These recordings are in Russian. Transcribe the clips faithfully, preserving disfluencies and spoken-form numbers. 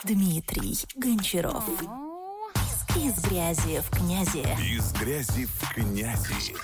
Дмитрий Гончаров. Из грязи в князи. Из грязи в князи.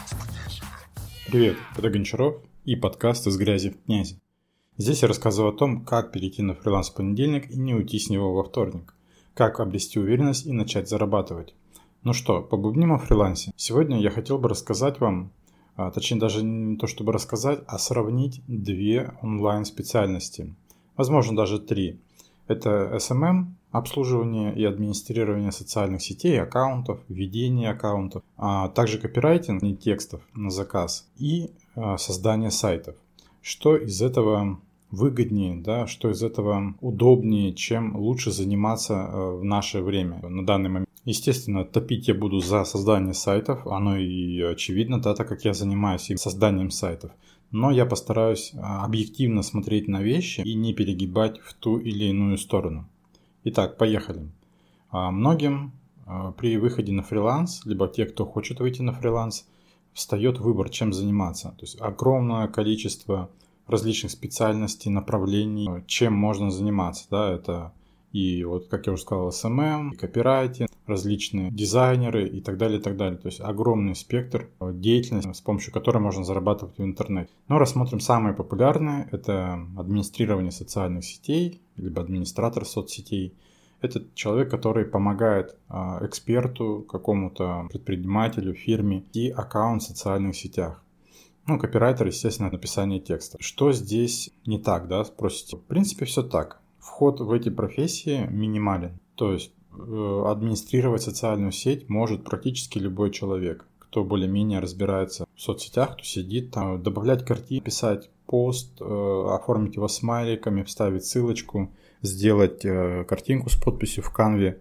Привет, это Гончаров и подкаст «Из грязи в князи». Здесь я рассказываю о том, как перейти на фриланс в понедельник и не уйти с него во вторник. Как обрести уверенность и начать зарабатывать. Ну что, побубним о фрилансе. Сегодня я хотел бы рассказать вам, а, точнее даже не то чтобы рассказать, а сравнить две онлайн-специальности. Возможно даже три. Это эс эм эм, обслуживание и администрирование социальных сетей, аккаунтов, ведение аккаунтов, а также копирайтинг и текстов на заказ и а, создание сайтов. Что из этого выгоднее, да, что из этого удобнее, чем лучше заниматься в наше время, на данный момент. Естественно, топить я буду за создание сайтов, оно и очевидно, да, так как я занимаюсь и созданием сайтов. Но я постараюсь объективно смотреть на вещи и не перегибать в ту или иную сторону. Итак, поехали. Многим при выходе на фриланс, либо те, кто хочет выйти на фриланс, встает выбор, чем заниматься. То есть огромное количество различных специальностей, направлений, чем можно заниматься. Да, это и, вот, как я уже сказал, эс эм эм, и копирайтинг, различные дизайнеры и так далее, и так далее. То есть огромный спектр деятельности, с помощью которой можно зарабатывать в интернете. Но рассмотрим самые популярные. Это администрирование социальных сетей, либо администратор соцсетей. Это человек, который помогает а, эксперту, какому-то предпринимателю, фирме и аккаунт в социальных сетях. Ну, копирайтер, естественно, написание текста. Что здесь не так, да, спросите? В принципе, все так. Вход в эти профессии минимален. То есть э, администрировать социальную сеть может практически любой человек, кто более-менее разбирается в соцсетях, кто сидит там, добавлять картинки, писать пост, э, оформить его смайликами, вставить ссылочку, сделать э, картинку с подписью в Canva.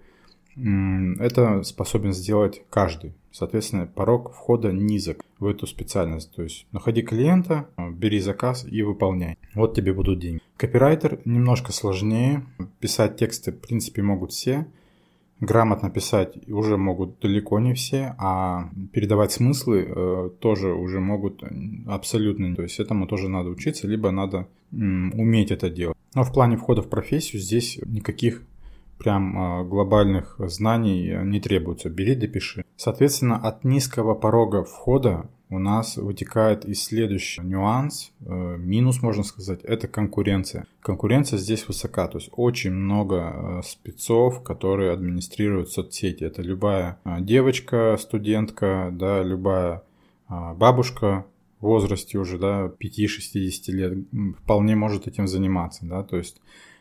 Это способен сделать каждый. Соответственно, порог входа низок в эту специальность. То есть находи клиента, бери заказ и выполняй. Вот тебе будут деньги. Копирайтер немножко сложнее. Писать тексты, в принципе, могут все. Грамотно писать уже могут далеко не все. А передавать смыслы э, тоже уже могут абсолютно. То есть этому тоже надо учиться, либо надо м, уметь это делать. Но в плане входа в профессию здесь никаких прям глобальных знаний не требуется. Бери да пиши. Соответственно, от низкого порога входа у нас вытекает и следующий нюанс, минус, можно сказать, это конкуренция. Конкуренция здесь высока, то есть очень много спецов, которые администрируют соцсети. Это любая девочка, студентка, да, любая бабушка в возрасте уже, да, пяти-шестидесяти лет вполне может этим заниматься, да, то есть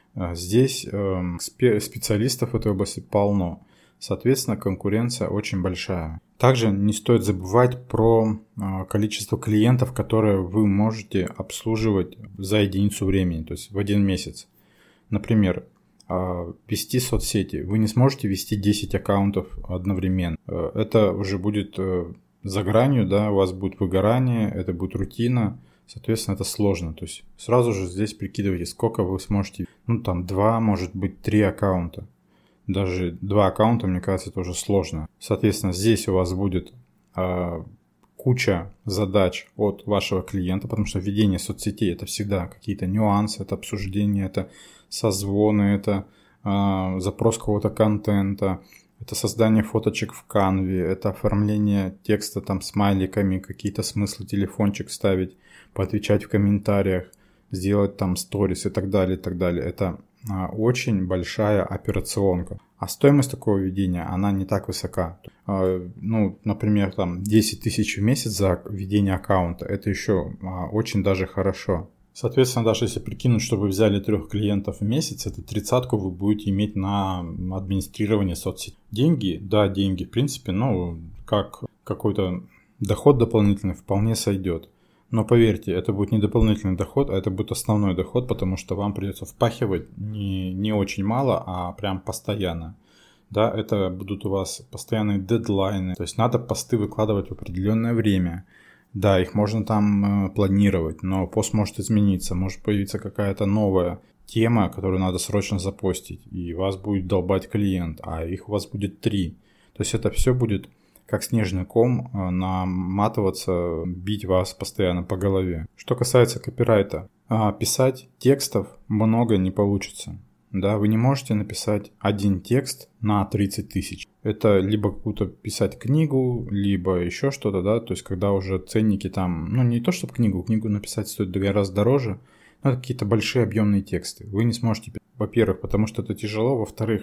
здесь э, специалистов в этой области полно. Соответственно, конкуренция очень большая. Также не стоит забывать про э, количество клиентов, которые вы можете обслуживать за единицу времени, то есть в один месяц. Например, э, вести соцсети. Вы не сможете вести десять аккаунтов одновременно. Э, это уже будет э, за гранью, да, у вас будет выгорание, это будет рутина. Соответственно, это сложно. То есть сразу же здесь прикидывайте, сколько вы сможете. Ну, там два, может быть, три аккаунта. Даже два аккаунта, мне кажется, это уже сложно. Соответственно, здесь у вас будет э, куча задач от вашего клиента, потому что ведение соцсетей – это всегда какие-то нюансы, это обсуждение, это созвоны, это э, запрос какого-то контента, это создание фоточек в Canva, это оформление текста там смайликами, какие-то смыслы, телефончик ставить, поотвечать в комментариях, сделать там сторис и так далее, и так далее. Это а, очень большая операционка. А стоимость такого ведения, она не так высока. А, ну, например, там десять тысяч в месяц за ведение аккаунта, это еще а, очень даже хорошо. Соответственно, даже если прикинуть, что вы взяли трех клиентов в месяц, это тридцатку вы будете иметь на администрирование соцсетей. Деньги, да, деньги, в принципе, ну, как какой-то доход дополнительный вполне сойдет. Но поверьте, это будет не дополнительный доход, а это будет основной доход, потому что вам придется впахивать не, не очень мало, а прям постоянно. Да, это будут у вас постоянные дедлайны, то есть надо посты выкладывать в определенное время. Да, их можно там э, планировать, но пост может измениться, может появиться какая-то новая тема, которую надо срочно запостить, и вас будет долбать клиент, а их у вас будет три. То есть это все будет как снежный ком э, наматываться, бить вас постоянно по голове. Что касается копирайта, э, писать текстов много не получится. да, вы не можете написать один текст на тридцать тысяч. Это либо какую-то писать книгу, либо еще что-то, да, то есть когда уже ценники там, ну не то чтобы книгу, книгу написать стоит гораздо дороже, но это какие-то большие объемные тексты. Вы не сможете, во-первых, потому что это тяжело, во-вторых,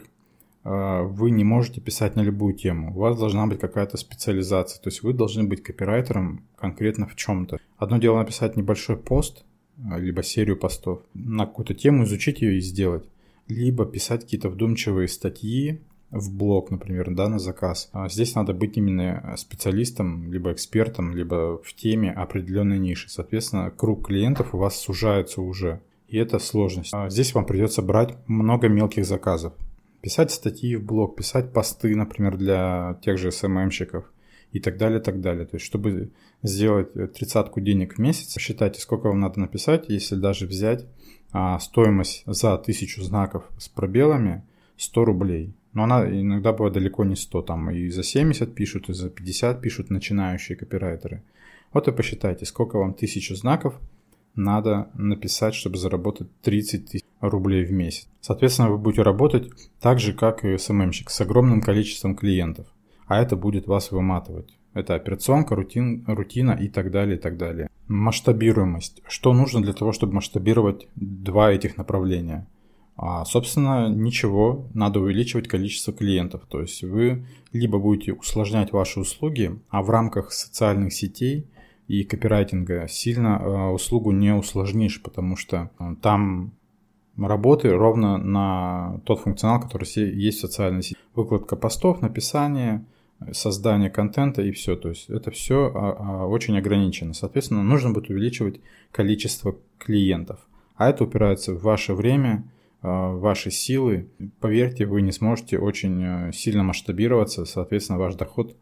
вы не можете писать на любую тему. У вас должна быть какая-то специализация, то есть вы должны быть копирайтером конкретно в чем-то. Одно дело написать небольшой пост, либо серию постов на какую-то тему, изучить ее и сделать, либо писать какие-то вдумчивые статьи в блог, например, да, на заказ. А здесь надо быть именно специалистом, либо экспертом, либо в теме определенной ниши. Соответственно, круг клиентов у вас сужается уже, и это сложность. А здесь вам придется брать много мелких заказов. Писать статьи в блог, писать посты, например, для тех же эс эм эм-щиков и так далее, так далее. То есть, чтобы сделать тридцатку денег в месяц, считайте, сколько вам надо написать, если даже взять а, стоимость за тысячу знаков с пробелами сто рублей. Но она иногда бывает далеко не сто, там и за семьдесят пишут, и за пятьдесят пишут начинающие копирайтеры. Вот и посчитайте, сколько вам тысячу знаков надо написать, чтобы заработать тридцать тысяч рублей в месяц. Соответственно, вы будете работать так же, как и эс эм эм-щик, с огромным количеством клиентов. А это будет вас выматывать. Это операционка, рутин, рутина и так далее, и так далее. Масштабируемость. Что нужно для того, чтобы масштабировать два этих направления? А, собственно, ничего. Надо увеличивать количество клиентов. То есть вы либо будете усложнять ваши услуги, а в рамках социальных сетей и копирайтинга сильно э, услугу не усложнишь, потому что э, там работы ровно на тот функционал, который есть в социальной сети. Выкладка постов, написание, создание контента и все. То есть это все а, а, очень ограничено. Соответственно, нужно будет увеличивать количество клиентов. А это упирается в ваше время, в ваши силы. Поверьте, вы не сможете очень сильно масштабироваться. Соответственно, ваш доход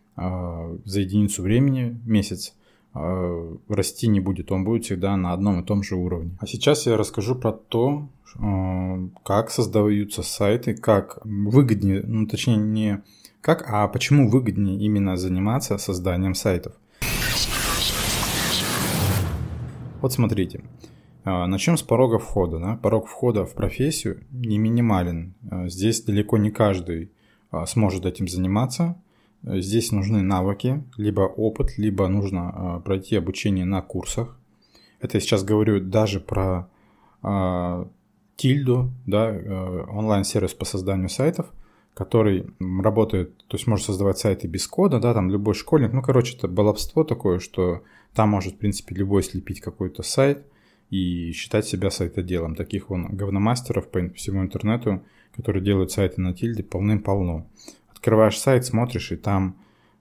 а, за единицу времени, месяц, расти не будет, он будет всегда на одном и том же уровне. А сейчас я расскажу про то, как создаются сайты, как выгоднее, ну точнее не как, а почему выгоднее именно заниматься созданием сайтов. Вот смотрите, начнем с порога входа. Да? Порог входа в профессию не минимален. Здесь далеко не каждый сможет этим заниматься. Здесь нужны навыки, либо опыт, либо нужно э, пройти обучение на курсах. Это я сейчас говорю даже про э, Тильду, да, э, онлайн-сервис по созданию сайтов, который работает, то есть может создавать сайты без кода, да, там любой школьник. Ну, короче, это баловство такое, что там может, в принципе, любой слепить какой-то сайт и считать себя сайтоделом. Таких вон говномастеров по всему интернету, которые делают сайты на Тильде, полным-полно. Открываешь сайт, смотришь, и там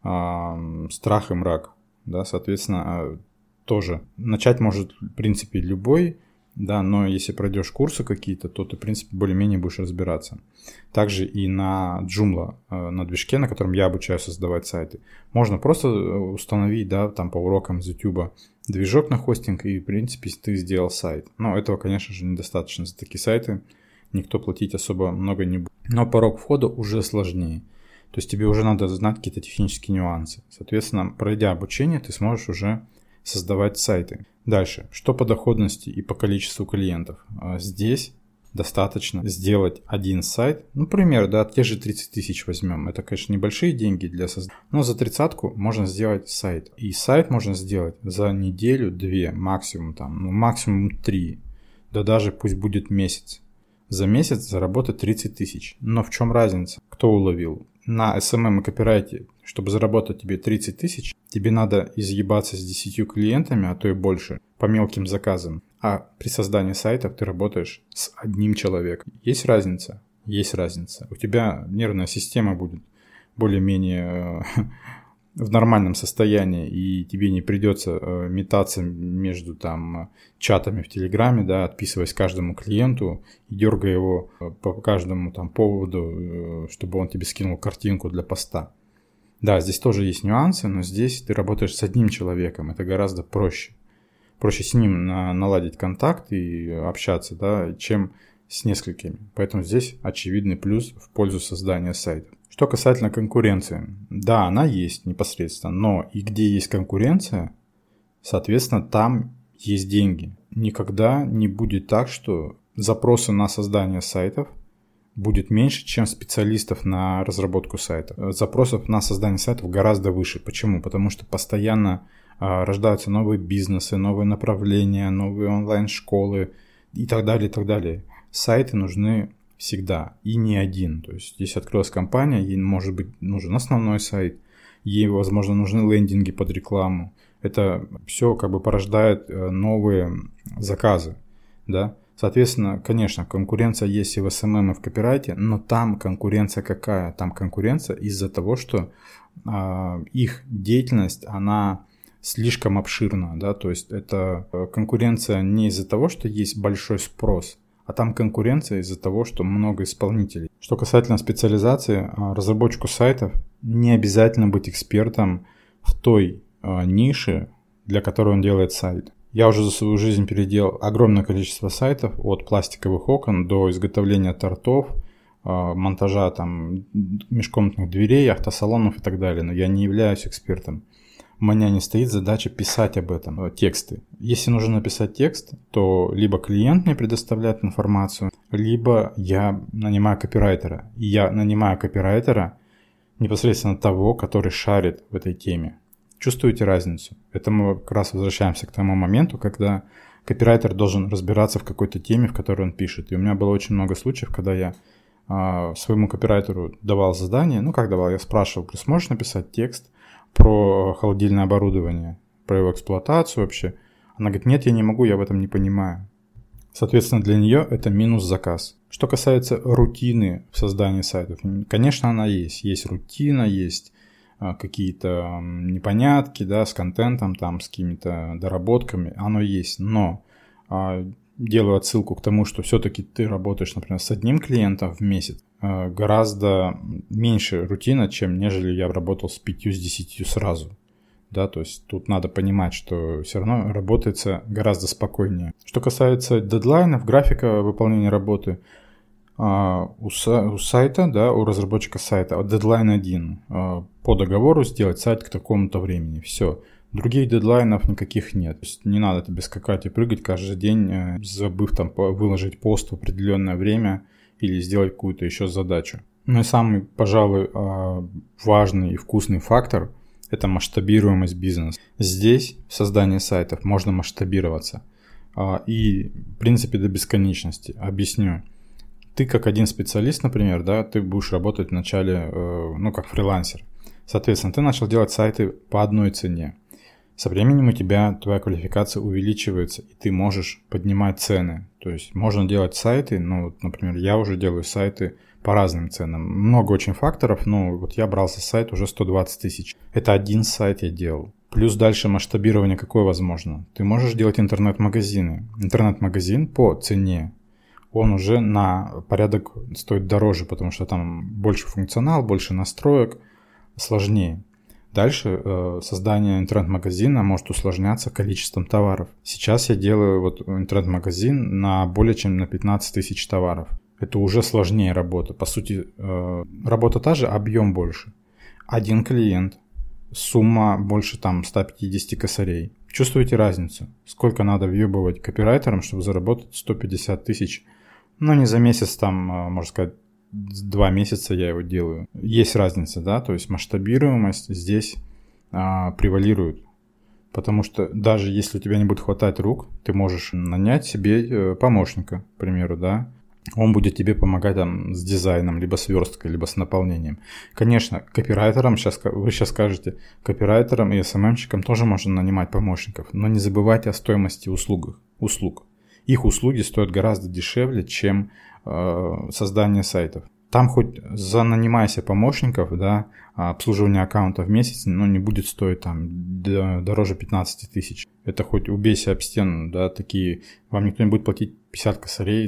э, страх и мрак, да, соответственно, э, тоже начать может, в принципе, любой, да, но если пройдешь курсы какие-то, то ты, в принципе, более-менее будешь разбираться. Также и на Joomla, э, на движке, на котором я обучаю создавать сайты, можно просто установить, да, там по урокам с YouTube движок на хостинг, и, в принципе, ты сделал сайт. Но этого, конечно же, недостаточно. За такие сайты никто платить особо много не будет. Но порог входа уже сложнее. То есть тебе уже надо знать какие-то технические нюансы. Соответственно, пройдя обучение, ты сможешь уже создавать сайты. Дальше. Что по доходности и по количеству клиентов? Здесь достаточно сделать один сайт. Ну, например, да, те же тридцать тысяч возьмем. Это, конечно, небольшие деньги для создания. Но за тридцатку можно сделать сайт. И сайт можно сделать за неделю, две, максимум там, ну, максимум три. Да даже пусть будет месяц. За месяц заработать тридцать тысяч. Но в чем разница? Кто уловил? На эс эм эм и копирайте, чтобы заработать тебе тридцать тысяч, тебе надо изъебаться с десятью клиентами, а то и больше, по мелким заказам. А при создании сайтов ты работаешь с одним человеком. Есть разница? Есть разница. У тебя нервная система будет более-менее в нормальном состоянии, и тебе не придется метаться между там чатами в Телеграме, да, отписываясь каждому клиенту и дергая его по каждому там поводу, чтобы он тебе скинул картинку для поста. Да, здесь тоже есть нюансы, но здесь ты работаешь с одним человеком, это гораздо проще. Проще с ним на, наладить контакт и общаться, да, чем с несколькими. Поэтому здесь очевидный плюс в пользу создания сайта. Что касательно конкуренции. Да, она есть непосредственно, но и где есть конкуренция, соответственно, там есть деньги. Никогда не будет так, что запросы на создание сайтов будет меньше, чем специалистов на разработку сайтов. Запросов на создание сайтов гораздо выше. Почему? Потому что постоянно а, рождаются новые бизнесы, новые направления, новые онлайн-школы и так далее, и так далее. Сайты нужны всегда, и не один. То есть, если открылась компания, ей может быть нужен основной сайт, ей, возможно, нужны лендинги под рекламу. Это все как бы порождает новые заказы, да. Соответственно, конечно, конкуренция есть и в эс эм эм, и в копирайте, но там конкуренция какая? Там конкуренция из-за того, что э, их деятельность, она слишком обширна, да, то есть это конкуренция не из-за того, что есть большой спрос, а там конкуренция из-за того, что много исполнителей. Что касательно специализации, разработчику сайтов не обязательно быть экспертом в той э, нише, для которой он делает сайт. Я уже за свою жизнь переделал огромное количество сайтов, от пластиковых окон до изготовления тортов, монтажа там межкомнатных дверей, автосалонов и так далее. Но я не являюсь экспертом. У меня не стоит задача писать об этом, тексты. Если нужно написать текст, то либо клиент мне предоставляет информацию, либо я нанимаю копирайтера. И я нанимаю копирайтера непосредственно того, который шарит в этой теме. Чувствуете разницу? Это мы как раз возвращаемся к тому моменту, когда копирайтер должен разбираться в какой-то теме, в которой он пишет. И у меня было очень много случаев, когда я э, своему копирайтеру давал задание. Ну, как давал? Я спрашивал, говорю, сможешь написать текст про холодильное оборудование, про его эксплуатацию вообще? Она говорит, нет, я не могу, я в этом не понимаю. Соответственно, для нее это минус заказ. Что касается рутины в создании сайтов, конечно, она есть. Есть рутина, есть какие-то непонятки, да, с контентом, там, с какими-то доработками, оно есть, но а, делаю отсылку к тому, что все-таки ты работаешь, например, с одним клиентом в месяц, а, гораздо меньше рутина, чем нежели я работал с пятью, с десятью сразу, да, то есть тут надо понимать, что все равно работается гораздо спокойнее. Что касается дедлайнов, графика выполнения работы, Uh, у, са- у сайта, да, у разработчика сайта дедлайн один. Uh, по договору сделать сайт к такому-то времени. Все. Других дедлайнов никаких нет. То есть не надо тебе скакать и прыгать каждый день, uh, забыв там выложить пост в определенное время или сделать какую-то еще задачу. Ну и самый, пожалуй, uh, важный и вкусный фактор – это масштабируемость бизнеса. Здесь в создании сайтов можно масштабироваться. Uh, и в принципе до бесконечности. Объясню. Ты как один специалист, например, да, ты будешь работать вначале, э, ну, как фрилансер. Соответственно, ты начал делать сайты по одной цене. Со временем у тебя твоя квалификация увеличивается, и ты можешь поднимать цены. То есть можно делать сайты, ну, вот, например, я уже делаю сайты по разным ценам. Много очень факторов, но вот я брался с сайта уже сто двадцать тысяч. Это один сайт я делал. Плюс дальше масштабирование какое возможно? Ты можешь делать интернет-магазины. Интернет-магазин по цене. Он уже на порядок стоит дороже, потому что там больше функционал, больше настроек, сложнее. Дальше э, создание интернет-магазина может усложняться количеством товаров. Сейчас я делаю вот интернет-магазин на более чем на пятнадцать тысяч товаров. Это уже сложнее работа. По сути, э, работа та же, объем больше. Один клиент, сумма больше там ста пятидесяти косарей. Чувствуете разницу? Сколько надо въебывать копирайтерам, чтобы заработать сто пятьдесят тысяч? Ну, не за месяц, там, можно сказать, два месяца я его делаю. Есть разница, да, то есть масштабируемость здесь а, превалирует. Потому что даже если у тебя не будет хватать рук, ты можешь нанять себе помощника, к примеру, да. Он будет тебе помогать там с дизайном, либо с версткой, либо с наполнением. Конечно, копирайтерам, сейчас, вы сейчас скажете, копирайтерам и эс эм эм-щикам тоже можно нанимать помощников, но не забывайте о стоимости услуг. услуг. Их услуги стоят гораздо дешевле, чем э, создание сайтов. Там хоть зананимайся помощников, да, обслуживание аккаунта в месяц, но не будет стоить там дороже пятнадцать тысяч. Это хоть убейся об стену, да, такие, вам никто не будет платить пятьдесят косарей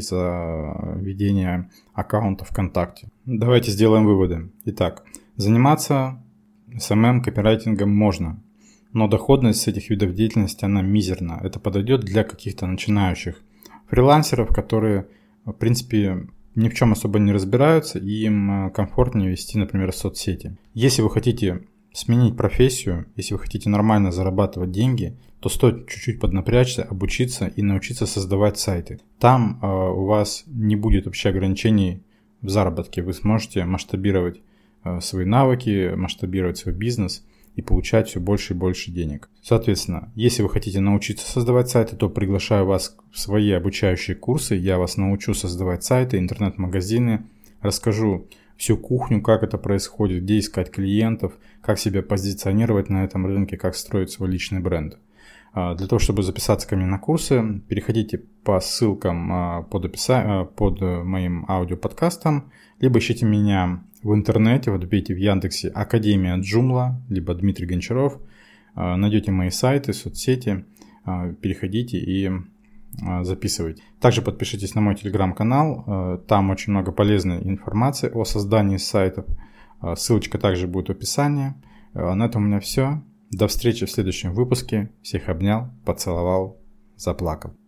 за ведение аккаунта ВКонтакте. Давайте сделаем выводы. Итак, заниматься эс эм эм, копирайтингом можно, но доходность с этих видов деятельности, она мизерна. Это подойдет для каких-то начинающих фрилансеров, которые, в принципе, ни в чем особо не разбираются, и им комфортнее вести, например, соцсети. Если вы хотите сменить профессию, если вы хотите нормально зарабатывать деньги, то стоит чуть-чуть поднапрячься, обучиться и научиться создавать сайты. Там э, у вас не будет вообще ограничений в заработке. Вы сможете масштабировать э, свои навыки, масштабировать свой бизнес и получать все больше и больше денег. Соответственно, если вы хотите научиться создавать сайты, то приглашаю вас в свои обучающие курсы. Я вас научу создавать сайты, интернет-магазины, расскажу всю кухню, как это происходит, где искать клиентов, как себя позиционировать на этом рынке, как строить свой личный бренд. Для того, чтобы записаться ко мне на курсы, переходите по ссылкам под, описа... под моим аудиоподкастом, либо ищите меня в интернете, вот вбейте в Яндексе Академия Joomla, либо Дмитрий Гончаров, найдете мои сайты, соцсети, переходите и записывайте. Также подпишитесь на мой телеграм-канал, там очень много полезной информации о создании сайтов, ссылочка также будет в описании. На этом у меня все. До встречи в следующем выпуске. Всех обнял, поцеловал, заплакал.